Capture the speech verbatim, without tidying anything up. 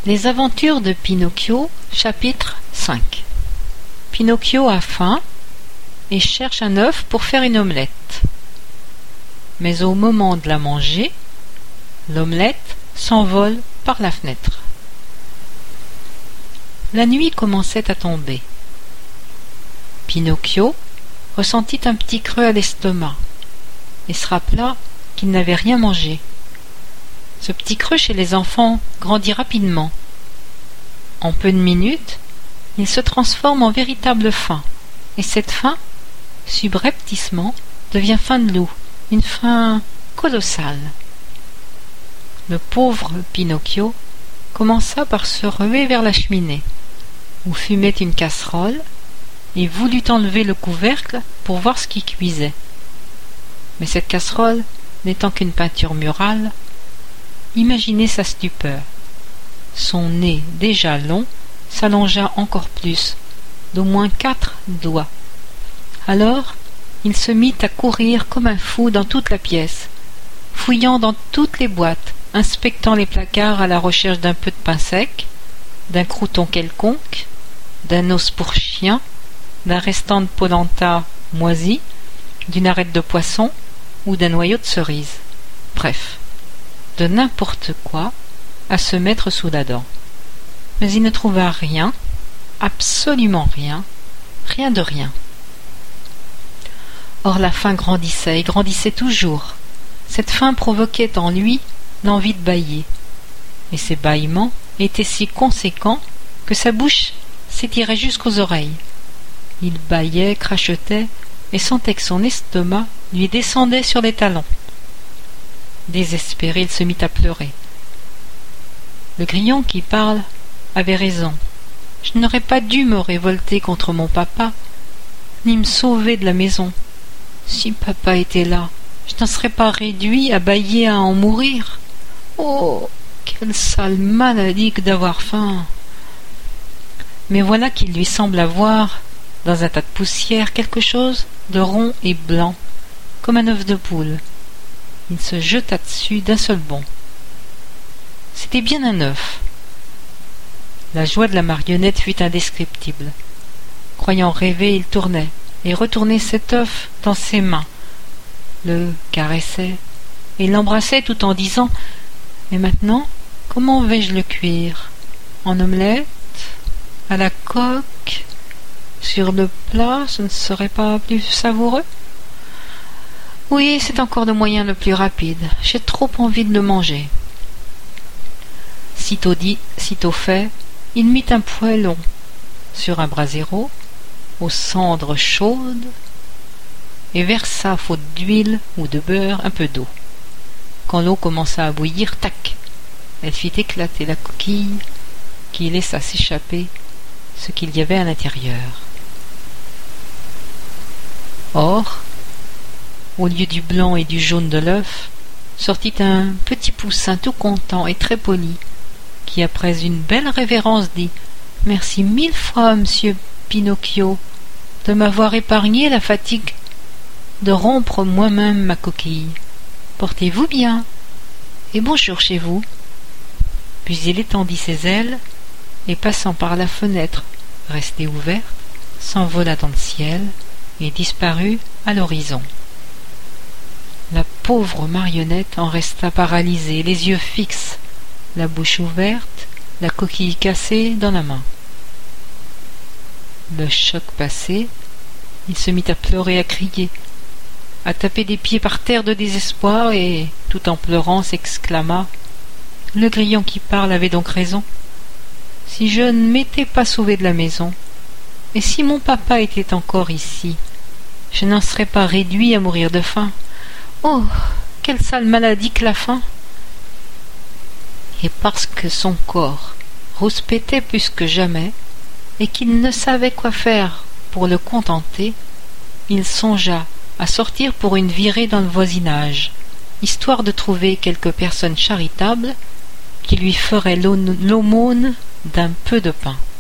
Les aventures de Pinocchio, chapitre cinq. Pinocchio a faim et cherche un œuf pour faire une omelette. Mais au moment de la manger, l'omelette s'envole par la fenêtre. La nuit commençait à tomber. Pinocchio ressentit un petit creux à l'estomac et se rappela qu'il n'avait rien mangé. Ce petit creux chez les enfants grandit rapidement. En peu de minutes, il se transforme en véritable faim, et cette faim, subrepticement, devient faim de loup, une faim colossale. Le pauvre Pinocchio commença par se ruer vers la cheminée, où fumait une casserole, et voulut enlever le couvercle pour voir ce qui cuisait. Mais cette casserole, n'étant qu'une peinture murale, imaginez sa stupeur. Son nez, déjà long, s'allongea encore plus, d'au moins quatre doigts. Alors, il se mit à courir comme un fou dans toute la pièce, fouillant dans toutes les boîtes, inspectant les placards à la recherche d'un peu de pain sec, d'un crouton quelconque, d'un os pour chien, d'un restant de polenta moisi, d'une arête de poisson ou d'un noyau de cerise. Bref, de n'importe quoi à se mettre sous la dent. Mais il ne trouva rien, absolument rien, rien de rien. Or la faim grandissait et grandissait toujours. Cette faim provoquait en lui l'envie de bâiller. Et ces bâillements étaient si conséquents que sa bouche s'étirait jusqu'aux oreilles. Il bâillait, crachotait et sentait que son estomac lui descendait sur les talons. Désespéré, il se mit à pleurer. Le grillon qui parle avait raison. Je n'aurais pas dû me révolter contre mon papa, ni me sauver de la maison. Si papa était là, je n'en serais pas réduit à bâiller à en mourir. Oh, quelle sale maladie que d'avoir faim. Mais voilà qu'il lui semble avoir, dans un tas de poussière, quelque chose de rond et blanc, comme un œuf de poule. Il se jeta dessus d'un seul bond. C'était bien un œuf. La joie de la marionnette fut indescriptible. Croyant rêver, il tournait et retournait cet œuf dans ses mains, le caressait et l'embrassait tout en disant « Mais maintenant, comment vais-je le cuire? En omelette? À la coque? Sur le plat, ce ne serait pas plus savoureux? Oui, c'est encore le moyen le plus rapide. J'ai trop envie de le manger. » Sitôt dit, sitôt fait, il mit un poêlon sur un brasero, aux cendres chaudes, et versa, faute d'huile ou de beurre, un peu d'eau. Quand l'eau commença à bouillir, tac, elle fit éclater la coquille, qui laissa s'échapper ce qu'il y avait à l'intérieur. Or, au lieu du blanc et du jaune de l'œuf, sortit un petit poussin tout content et très poli, qui, après une belle révérence, dit « Merci mille fois, monsieur Pinocchio, de m'avoir épargné la fatigue de rompre moi-même ma coquille. Portez-vous bien, et bonjour chez vous. » Puis il étendit ses ailes, et passant par la fenêtre restée ouverte, s'envola dans le ciel et disparut à l'horizon. La pauvre marionnette en resta paralysée, les yeux fixes, la bouche ouverte, la coquille cassée dans la main. Le choc passé, il se mit à pleurer, à crier, à taper des pieds par terre de désespoir et, tout en pleurant, s'exclama « Le grillon qui parle avait donc raison. Si je ne m'étais pas sauvé de la maison, et si mon papa était encore ici, je n'en serais pas réduit à mourir de faim. Oh, quelle sale maladie que la faim !» Et parce que son corps rouspétait plus que jamais, et qu'il ne savait quoi faire pour le contenter, il songea à sortir pour une virée dans le voisinage, histoire de trouver quelque personne charitable qui lui ferait l'aumône d'un peu de pain.